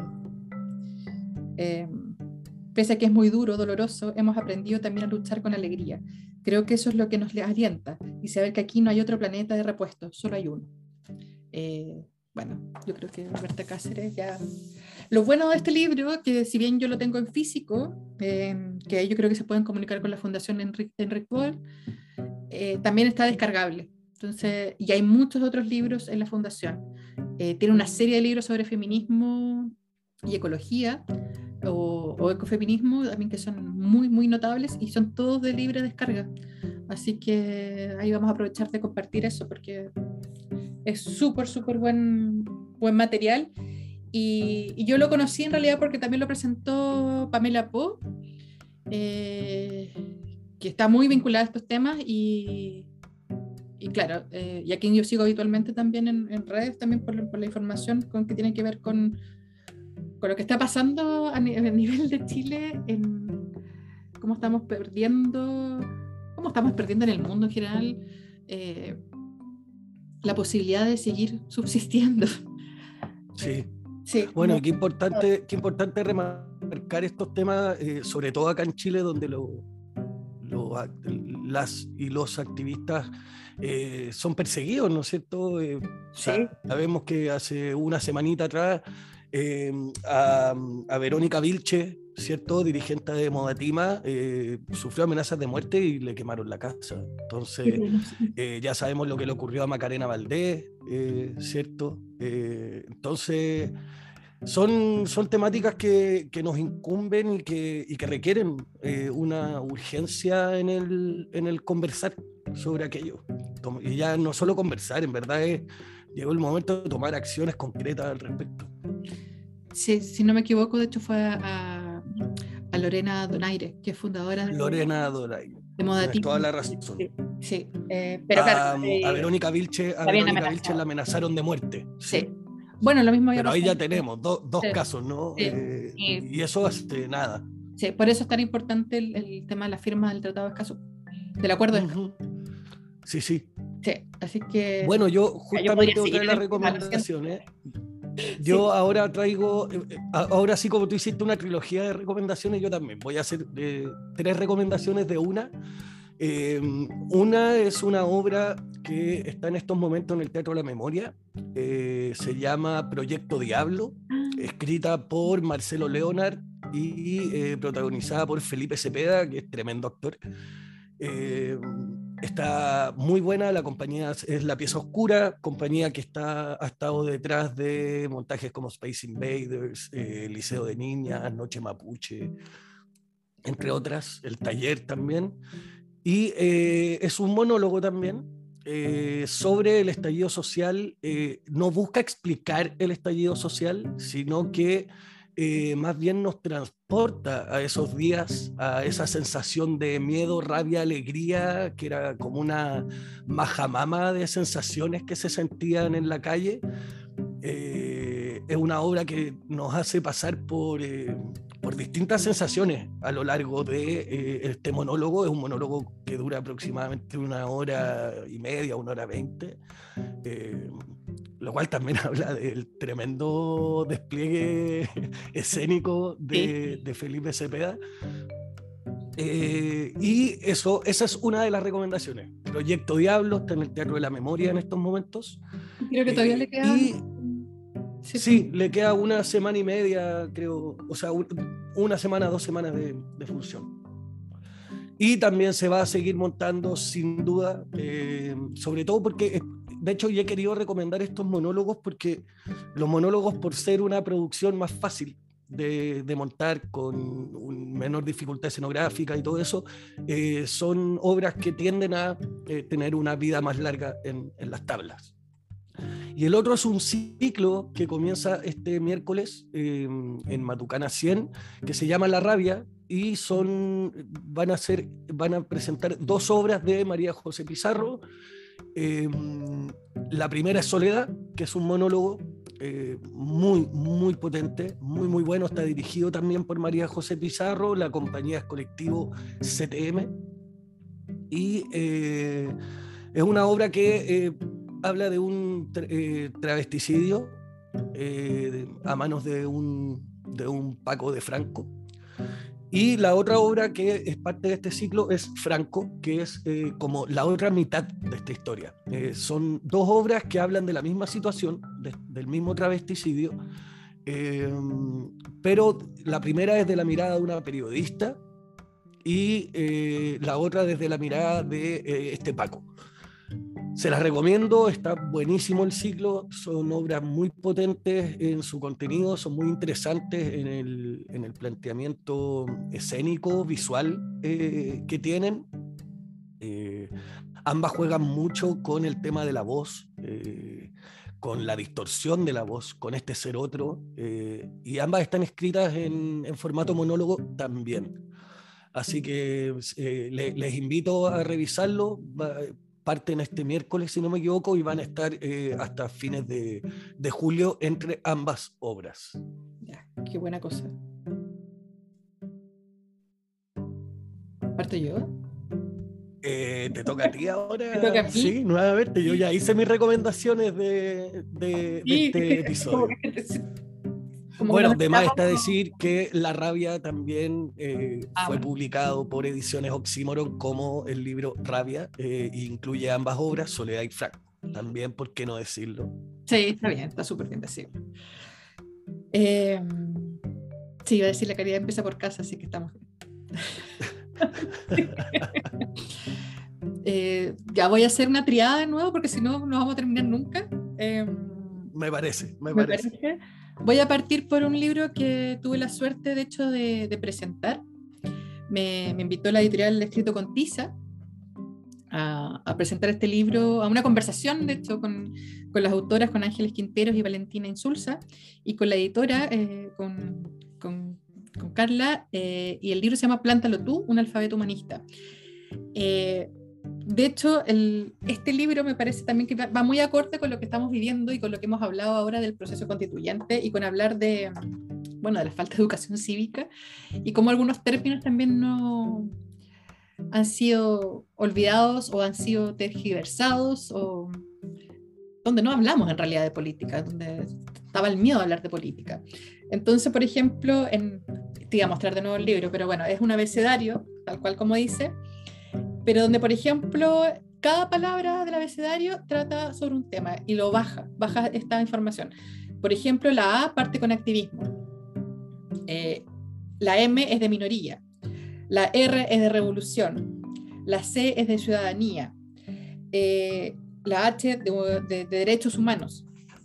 eh, pese a que es muy duro, doloroso, hemos aprendido también a luchar con alegría. Creo que eso es lo que nos alienta y saber que aquí no hay otro planeta de repuesto, solo hay uno. Eh, bueno, yo creo que Berta Cáceres ya... Lo bueno de este libro, que si bien yo lo tengo en físico, eh, que yo creo que se pueden comunicar con la Fundación Henrik, Henrik Böll, eh, también está descargable. Entonces, y hay muchos otros libros en la Fundación. Eh, tiene una serie de libros sobre feminismo y ecología, o, o ecofeminismo, también que son muy, muy notables y son todos de libre descarga. Así que ahí vamos a aprovechar de compartir eso porque es súper, súper buen, buen material. Y, y yo lo conocí en realidad porque también lo presentó Pamela Po, eh, que está muy vinculada a estos temas y, y claro, eh, y a quien yo sigo habitualmente también en, en redes, también por, por la información con que tiene que ver con, con lo que está pasando a, ni, a nivel de Chile, en cómo estamos perdiendo, cómo estamos perdiendo en el mundo en general eh, la posibilidad de seguir subsistiendo. Sí. Sí, bueno, como... qué importante, qué importante remarcar estos temas, eh, sobre todo acá en Chile, donde lo, lo, las y los activistas eh, son perseguidos, ¿no es cierto? Eh, sí. Sabemos que hace una semanita atrás eh, a, a Verónica Vilche ¿cierto? Dirigente de Modatima, eh, sufrió amenazas de muerte y le quemaron la casa. Entonces, eh, ya sabemos lo que le ocurrió a Macarena Valdés, eh, ¿cierto? Eh, entonces, son, son temáticas que, que nos incumben y que, y que requieren eh, una urgencia en el, en el conversar sobre aquello. Y ya no solo conversar, en verdad es, llegó el momento de tomar acciones concretas al respecto. Sí, si no me equivoco, de hecho fue a, a Lorena Donaire, que es fundadora de Lorena Donaire. de Modatima. Tienes toda la razón. Sí, sí. Eh, pero a, claro, eh, a Verónica Vilche, a Verónica Vilche la amenazaron de muerte. Sí. Sí. Bueno, lo mismo había Pero ahí pasado. ya tenemos do, dos Sí. casos, ¿no? Sí. Eh, Y- y eso hace nada. Sí, por eso es tan importante el, el tema de la firma del Tratado de Escazú, del acuerdo de Escazú. Ujú. Sí, sí. Sí, así que Bueno, yo yo justamente podría otra seguir de las en el tema, lo siento. recomendaciones. Yo Sí. ahora traigo, eh, ahora sí como tú hiciste una trilogía de recomendaciones, yo también voy a hacer eh, tres recomendaciones de una. Eh, una es una obra que está en estos momentos en el Teatro de la Memoria, eh, se llama Proyecto Diablo, escrita por Marcelo Leonard y eh, protagonizada por Felipe Cepeda, que es tremendo actor. Eh, está muy buena, la compañía es La Pieza Oscura, compañía que está, ha estado detrás de montajes como Space Invaders, eh, Liceo de Niñas, Noche Mapuche, entre otras, El Taller también. Y eh, es un monólogo también eh, sobre el estallido social. Eh, no busca explicar el estallido social, sino que eh, más bien nos transporta a esos días, a esa sensación de miedo, rabia, alegría, que era como una majamama de sensaciones que se sentían en la calle. Eh, es una obra que nos hace pasar por, eh, por distintas sensaciones a lo largo de eh, este monólogo. Es un monólogo que dura aproximadamente una hora y media, una hora veinte, eh, lo cual también habla del tremendo despliegue escénico de, Sí. de Felipe Cepeda. Eh, y eso, esa es una de las recomendaciones. Proyecto Diablo está en el Teatro de la Memoria en estos momentos. Creo que todavía Eh, le queda. y Sí, sí, le queda una semana y media, creo, o sea, un, una semana, dos semanas de, de función. Y también se va a seguir montando, sin duda, eh, sobre todo porque, de hecho, yo he querido recomendar estos monólogos porque los monólogos, por ser una producción más fácil de, de montar con un menor dificultad escenográfica y todo eso, eh, son obras que tienden a eh, tener una vida más larga en, en las tablas. Y el otro es un ciclo que comienza este miércoles eh, en Matucana cien, que se llama La Rabia, y son, van, a ser, van a presentar dos obras de María José Pizarro. Eh, la primera es Soledad, que es un monólogo eh, muy, muy potente, muy, muy bueno. Está dirigido también por María José Pizarro, la compañía es Colectivo C T M. Y eh, es una obra que eh, habla de un tra eh, travesticidio eh, a manos de un, de un Paco de Franco. Y la otra obra que es parte de este ciclo es Franco, que es eh, como la otra mitad de esta historia. Eh, son dos obras que hablan de la misma situación, de, del mismo travesticidio, eh, pero la primera es de la mirada de una periodista y eh, la otra desde la mirada de eh, este Paco. Se las recomiendo, está buenísimo el ciclo, son obras muy potentes en su contenido, son muy interesantes en el, en el planteamiento escénico, visual eh, que tienen. Eh, ambas juegan mucho con el tema de la voz, eh, con la distorsión de la voz, con este ser otro, eh, y ambas están escritas en, en formato monólogo también. Así que eh, le, les invito a revisarlo. Va, parten este miércoles, si no me equivoco, y van a estar eh, hasta fines de, de julio entre ambas obras. Ya, qué buena cosa. ¿Parto yo? Eh, ¿Te toca a ti ahora? ¿Me toca a mí? Sí, nuevamente. Yo ya hice mis recomendaciones de, de, Sí, de este episodio. como que, como Bueno, que no de más está estamos... decir que La Rabia también eh, ah, fue bueno. publicado por Ediciones Oxímoron como el libro Rabia, eh, e incluye ambas obras, Soledad y Franco. También, ¿por qué no decirlo? Sí, está bien, está súper bien decirlo. Eh, Sí, iba a decir, la caridad empieza por casa, así que estamos bien. eh, ya voy a hacer una triada de nuevo, porque si no, no vamos a terminar nunca. Eh, me parece, me, me parece. parece. Voy a partir por un libro que tuve la suerte, de hecho, de, de presentar. Me, me invitó la editorial Escrito con Tiza a, a presentar este libro, a una conversación, de hecho, con, con las autoras, con Ángeles Quinteros y Valentina Insulza, y con la editora, eh, con, con, con Carla, eh, y el libro se llama Plántalo tú, un alfabeto humanista. Eh, de hecho, el, este libro me parece también que va, va muy acorde con lo que estamos viviendo y con lo que hemos hablado ahora del proceso constituyente y con hablar de, bueno, de la falta de educación cívica y cómo algunos términos también no han sido olvidados o han sido tergiversados o donde no hablamos en realidad de política, donde estaba el miedo a hablar de política. Entonces, por ejemplo, en, te iba a mostrar de nuevo el libro, pero bueno, es un abecedario, tal cual como dice, pero donde, por ejemplo, cada palabra del abecedario trata sobre un tema y lo baja, baja esta información. Por ejemplo, la A parte con activismo, eh, la M es de minoría, la R es de revolución, la C es de ciudadanía, eh, la H de, de, de derechos humanos.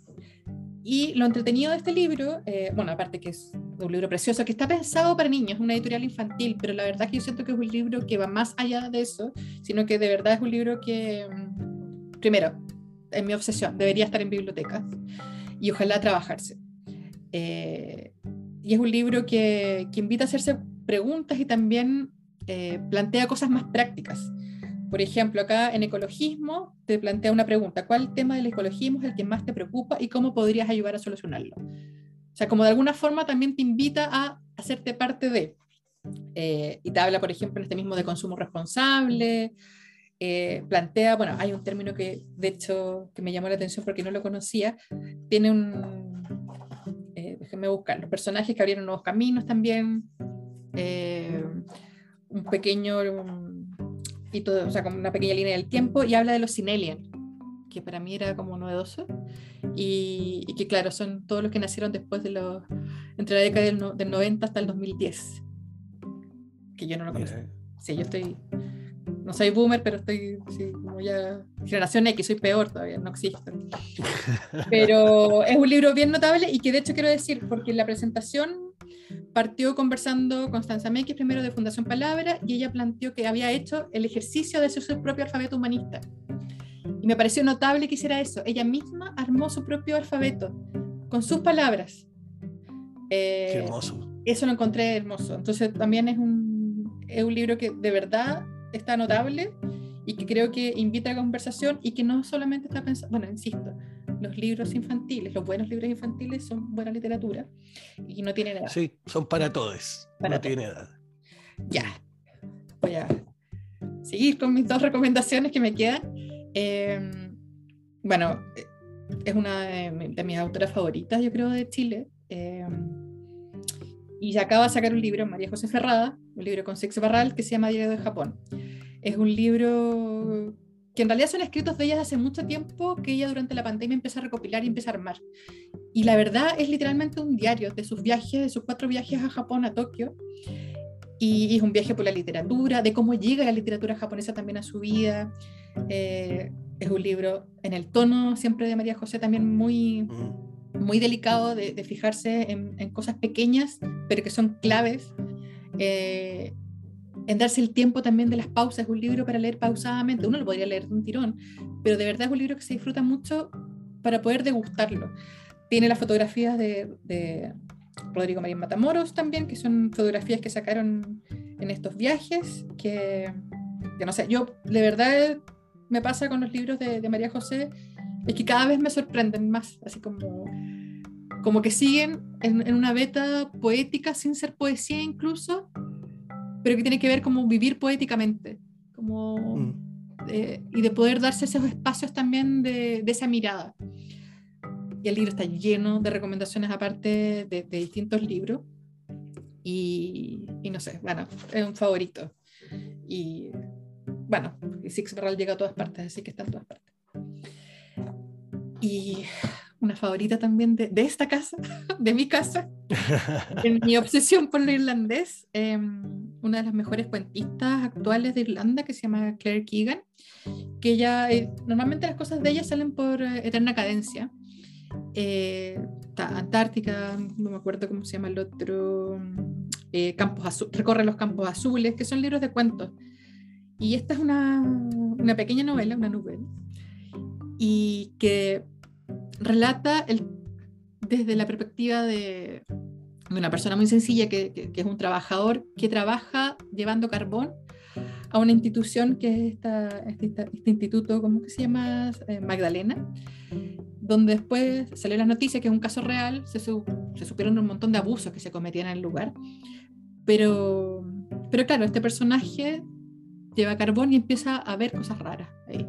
Y lo entretenido de este libro, eh, bueno, aparte que es un libro precioso, que está pensado para niños, es una editorial infantil, pero la verdad es que yo siento que es un libro que va más allá de eso, sino que de verdad es un libro que, primero, en mi obsesión, debería estar en bibliotecas y ojalá trabajarse. Eh, y es un libro que, que invita a hacerse preguntas y también eh, plantea cosas más prácticas. Por ejemplo, acá en ecologismo te plantea una pregunta: ¿cuál tema del ecologismo es el que más te preocupa y cómo podrías ayudar a solucionarlo? O sea, como de alguna forma también te invita a hacerte parte de. Eh, y te habla, por ejemplo, en este mismo de consumo responsable. Eh, plantea, bueno, hay un término que de hecho que me llamó la atención porque no lo conocía. Tiene un... Eh, déjenme buscar. Los personajes que abrieron nuevos caminos también. Eh, un pequeño... Un, y todo, o sea, como una pequeña línea del tiempo, y habla de los Sinelian, que para mí era como novedoso, y, y que claro, son todos los que nacieron después de los, entre la década del, no, del noventa hasta el dos mil diez, que yo no lo conozco. Sí, yo estoy, no soy boomer, pero estoy, sí, como ya, generación X, soy peor todavía, no existo. Pero es un libro bien notable y que de hecho quiero decir, porque en la presentación partió conversando Constanza Mequis primero de Fundación Palabra y ella planteó que había hecho el ejercicio de hacer su propio alfabeto humanista. Y me pareció notable que hiciera eso. Ella misma armó su propio alfabeto con sus palabras. Eh, Qué hermoso. Eso lo encontré hermoso. Entonces también es un, es un libro que de verdad está notable y que creo que invita a la conversación y que no solamente está pensando, bueno, insisto, los libros infantiles, los buenos libros infantiles son buena literatura y no tienen edad. Sí, son para todos, para no todo. Tiene edad. Ya, voy a seguir con mis dos recomendaciones que me quedan. Eh, bueno, es una de, de mis autoras favoritas, yo creo, de Chile. Eh, y acaba de sacar un libro, María José Ferrada, un libro con Six Barral que se llama Diario de Japón. Es un libro que en realidad son escritos de ella hace mucho tiempo, que ella durante la pandemia empieza a recopilar y empieza a armar. Y la verdad es literalmente un diario de sus viajes, de sus cuatro viajes a Japón, a Tokio. Y es un viaje por la literatura, de cómo llega la literatura japonesa también a su vida. Eh, es un libro en el tono siempre de María José también muy, muy delicado de, de fijarse en, en cosas pequeñas, pero que son claves. Eh, en darse el tiempo también de las pausas. Es un libro para leer pausadamente. Uno lo podría leer de un tirón, pero de verdad es un libro que se disfruta mucho para poder degustarlo. Tiene las fotografías de, de Rodrigo Marín Matamoros también, que son fotografías que sacaron en estos viajes, que, que no sé, yo de verdad me pasa con los libros de, de María José, es que cada vez me sorprenden más, así como, como que siguen en, en una beta poética sin ser poesía incluso, pero que tiene que ver como vivir poéticamente, como, mm. eh, y de poder darse esos espacios también de, de esa mirada. Y el libro está lleno de recomendaciones aparte de, de distintos libros, y, y no sé, bueno, es un favorito. Y bueno, Six Barral llega a todas partes, así que está en todas partes. Y una favorita también de, de esta casa, de mi casa, en mi obsesión por lo irlandés, eh, una de las mejores cuentistas actuales de Irlanda, que se llama Claire Keegan, que ella, eh, normalmente las cosas de ella salen por eh, Eterna Cadencia. Eh, Antártica, no me acuerdo cómo se llama el otro, eh, Campos Azu- Recorre los Campos Azules, que son libros de cuentos. Y esta es una, una pequeña novela, una novela, y que relata el, desde la perspectiva de, de una persona muy sencilla que, que, que es un trabajador que trabaja llevando carbón a una institución que es esta, este, este instituto, ¿cómo que se llama? Eh, Magdalena, donde después salió la noticia que es un caso real, se, su, se supieron un montón de abusos que se cometían en el lugar, pero, pero claro, este personaje lleva carbón y empieza a ver cosas raras ahí.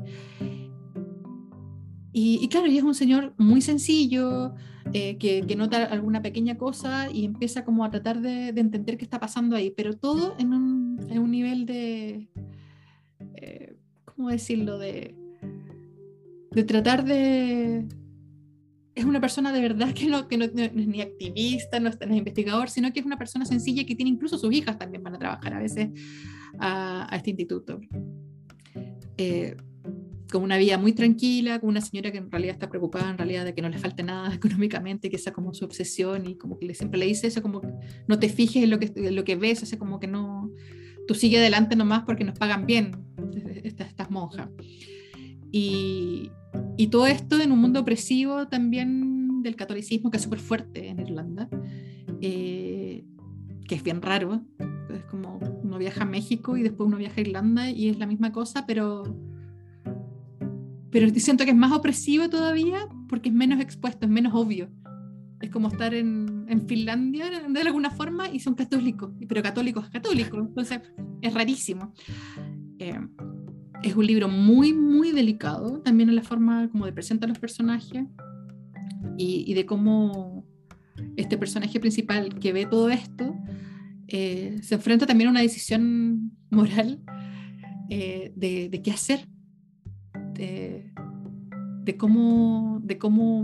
Y, y claro, y es un señor muy sencillo, eh, que, que nota alguna pequeña cosa y empieza como a tratar de, de entender qué está pasando ahí, pero todo en un, en un nivel de, eh, ¿cómo decirlo? De, de tratar de... Es una persona de verdad que no, que no, no es ni activista, no es, no es investigador, sino que es una persona sencilla que tiene incluso sus hijas también van a trabajar a veces a, a este instituto. Eh, con una vida muy tranquila, con una señora que en realidad está preocupada en realidad de que no le falte nada económicamente, que esa como su obsesión y como que le, siempre le dice eso, como no te fijes en lo que, en lo que ves, o sea, como que no, tú sigue adelante nomás porque nos pagan bien estas, estas monjas. Y, y todo esto en un mundo opresivo también del catolicismo que es súper fuerte en Irlanda, eh, que es bien raro, es como uno viaja a México y después uno viaja a Irlanda y es la misma cosa, pero pero siento que es más opresivo todavía porque es menos expuesto, es menos obvio. Es como estar en, en Finlandia de alguna forma y son católicos, pero católicos católicos, entonces es rarísimo. Eh, es un libro muy, muy delicado, también en la forma como de presentar los personajes y, y de cómo este personaje principal que ve todo esto eh, se enfrenta también a una decisión moral eh, de, de qué hacer. De, de cómo, de cómo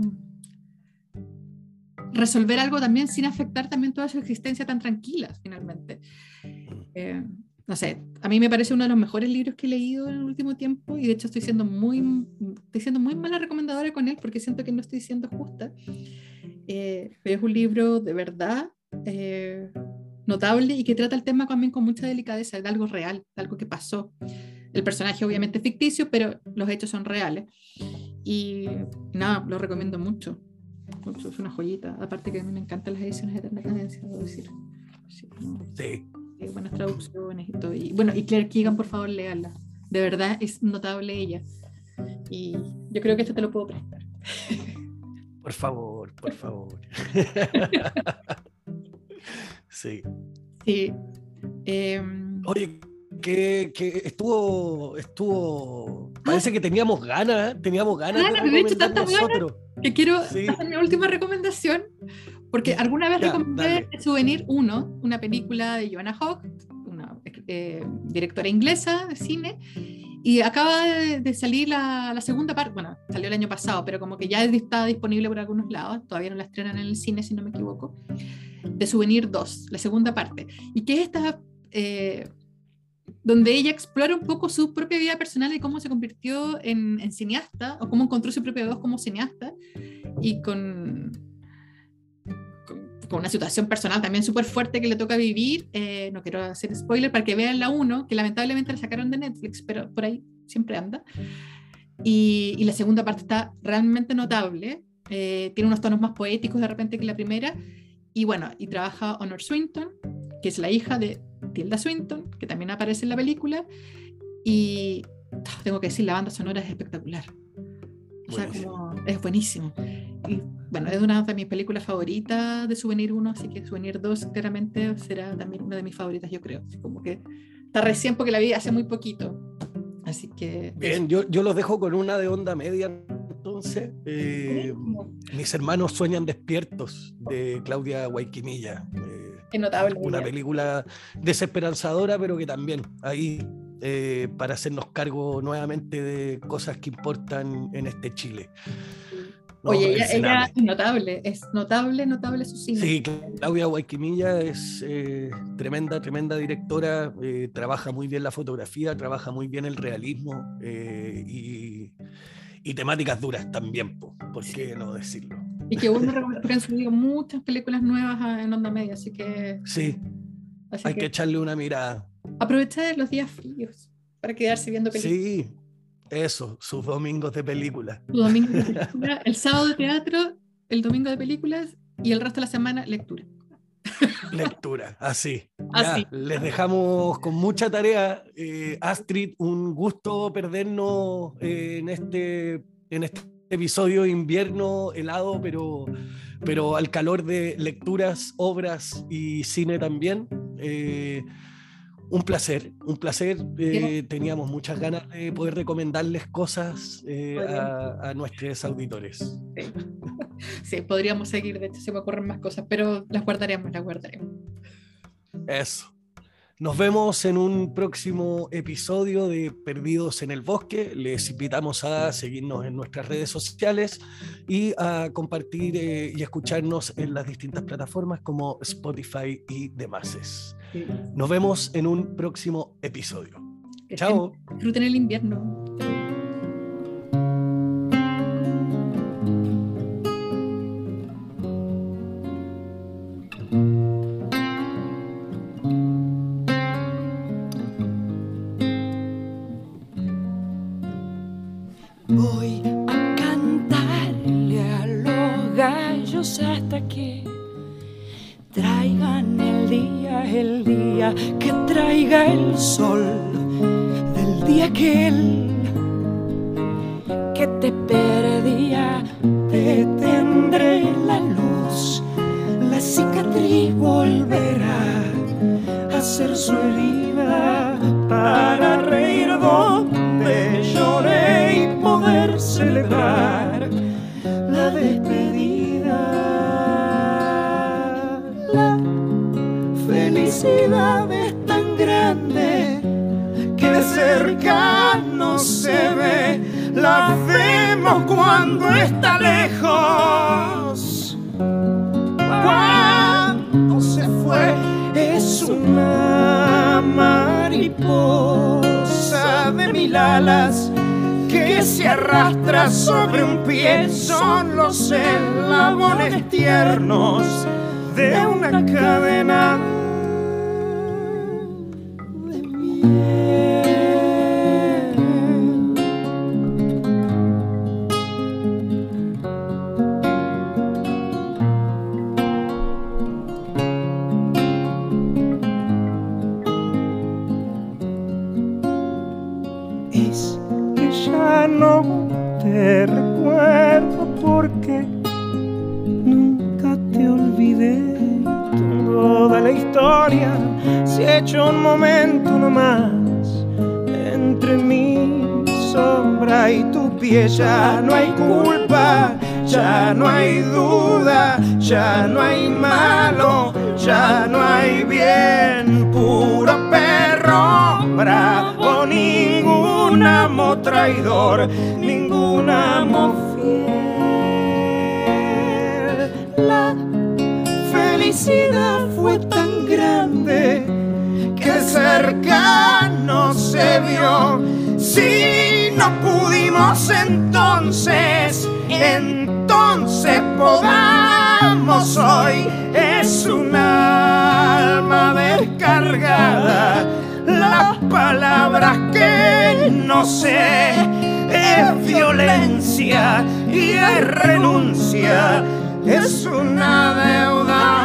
resolver algo también sin afectar también toda su existencia tan tranquila, finalmente. Eh, no sé, a mí me parece uno de los mejores libros que he leído en el último tiempo y de hecho estoy siendo muy, estoy siendo muy mala recomendadora con él porque siento que no estoy siendo justa. Eh, pero es un libro de verdad eh, notable y que trata el tema también con mucha delicadeza, de algo real, de algo que pasó. El personaje obviamente es ficticio, pero los hechos son reales. Y nada, lo recomiendo mucho. Es una joyita. Aparte que a mí me encantan las ediciones de Eterna Cadencia, debo decir. Sí, como, sí. eh, buenas traducciones y todo. Y, bueno, y Claire Keegan, por favor, léala. De verdad es notable ella. Y yo creo que este te lo puedo prestar. Por favor, por favor. Sí. Sí. Eh, Oye, que, que estuvo, estuvo, parece que teníamos ganas, ¿eh? teníamos ganas Ganas, de de hecho, recomendar tantas nosotros. que quiero Sí. hacer mi última recomendación, porque alguna vez Ya, recomendé dale. Souvenir uno, una película de Joanna Hogg, una eh, directora inglesa de cine, y acaba de, de salir la, la segunda parte, bueno, salió el año pasado, pero como que ya está disponible por algunos lados, todavía no la estrenan en el cine, si no me equivoco, de Souvenir dos, la segunda parte, y que es esta... Eh, donde ella explora un poco su propia vida personal y cómo se convirtió en, en cineasta, o cómo encontró su propia voz como cineasta, y con, con, con una situación personal también súper fuerte que le toca vivir. Eh, no quiero hacer spoiler para que vean la uno, que lamentablemente la sacaron de Netflix, pero por ahí siempre anda. Y, y la segunda parte está realmente notable, eh, tiene unos tonos más poéticos de repente que la primera, y bueno, y trabaja Honor Swinton, que es la hija de Tilda Swinton, que también aparece en la película, y tengo que decir, la banda sonora es espectacular. O sea, como, es buenísimo. Y bueno, es una de mis películas favoritas de Souvenir uno, así que Souvenir dos claramente será también una de mis favoritas, yo creo. Así como que está recién porque la vi hace muy poquito. Así que... Bien, yo, yo los dejo con una de onda media, entonces. Eh, Mis hermanos sueñan despiertos, de Claudia Guayquimilla. Eh, es notable. Una ya. película desesperanzadora, pero que también ahí eh, para hacernos cargo nuevamente de cosas que importan en este Chile. No, Oye, ella, el ella cename. es notable, es notable, notable su cine. Sí, Claudia Guayquimilla es eh, tremenda, tremenda directora, eh, trabaja muy bien la fotografía, trabaja muy bien el realismo eh, y, y temáticas duras también, po, ¿por qué no decirlo? Y que bueno, porque han salido muchas películas nuevas a- en Onda Media, así que, Sí, así hay que que echarle una mirada. aprovecha los días fríos para quedarse viendo películas. Sí, eso, sus domingos de película. Tu domingo de película, el sábado de teatro, el domingo de películas y el resto de la semana lectura. Lectura, así. Así. Ya, les dejamos con mucha tarea. Eh, Astrid, un gusto perdernos eh, en, este, en este episodio de invierno helado, pero, pero al calor de lecturas, obras y cine también. Eh, un placer, un placer. Eh, teníamos muchas ganas de poder recomendarles cosas eh, a, a nuestros auditores. Sí. Sí, podríamos seguir, de hecho se me ocurren más cosas, pero las guardaremos, las guardaremos. Eso. Nos vemos en un próximo episodio de Perdidos en el Bosque. Les invitamos a seguirnos en nuestras redes sociales y a compartir eh, y escucharnos en las distintas plataformas como Spotify y demás. Sí. Nos vemos en un próximo episodio. Que Chao. Disfruten el invierno. Voy a cantarle a los gallos hasta que traigan el día, el día que traiga el sol, del día que él que te perdía, te tendré la luz, la cicatriz volverá a ser su herida para reír donde lloré y poder celebrar la despedida. La felicidad es tan grande que de cerca no se ve, la vemos cuando está lejos. Cuando se fue es una mariposa de mil alas que se arrastra sobre un pie, son los eslabones tiernos de una cadena de miel. Es que ya no te recuerdo porque nunca te olvidé. Toda la historia se ha hecho un momento nomás entre mi sombra y tu pie. Ya no hay culpa, ya no hay duda, ya no hay malo, ya no hay bien. Puro perro bravo, ningún amo traidor, ningún amo fiel. La felicidad fue tan grande que cerca no se vio. Si no pudimos entonces, entonces podamos hoy. Es un alma descargada, las palabras que no sé, es violencia y es renuncia, es una deuda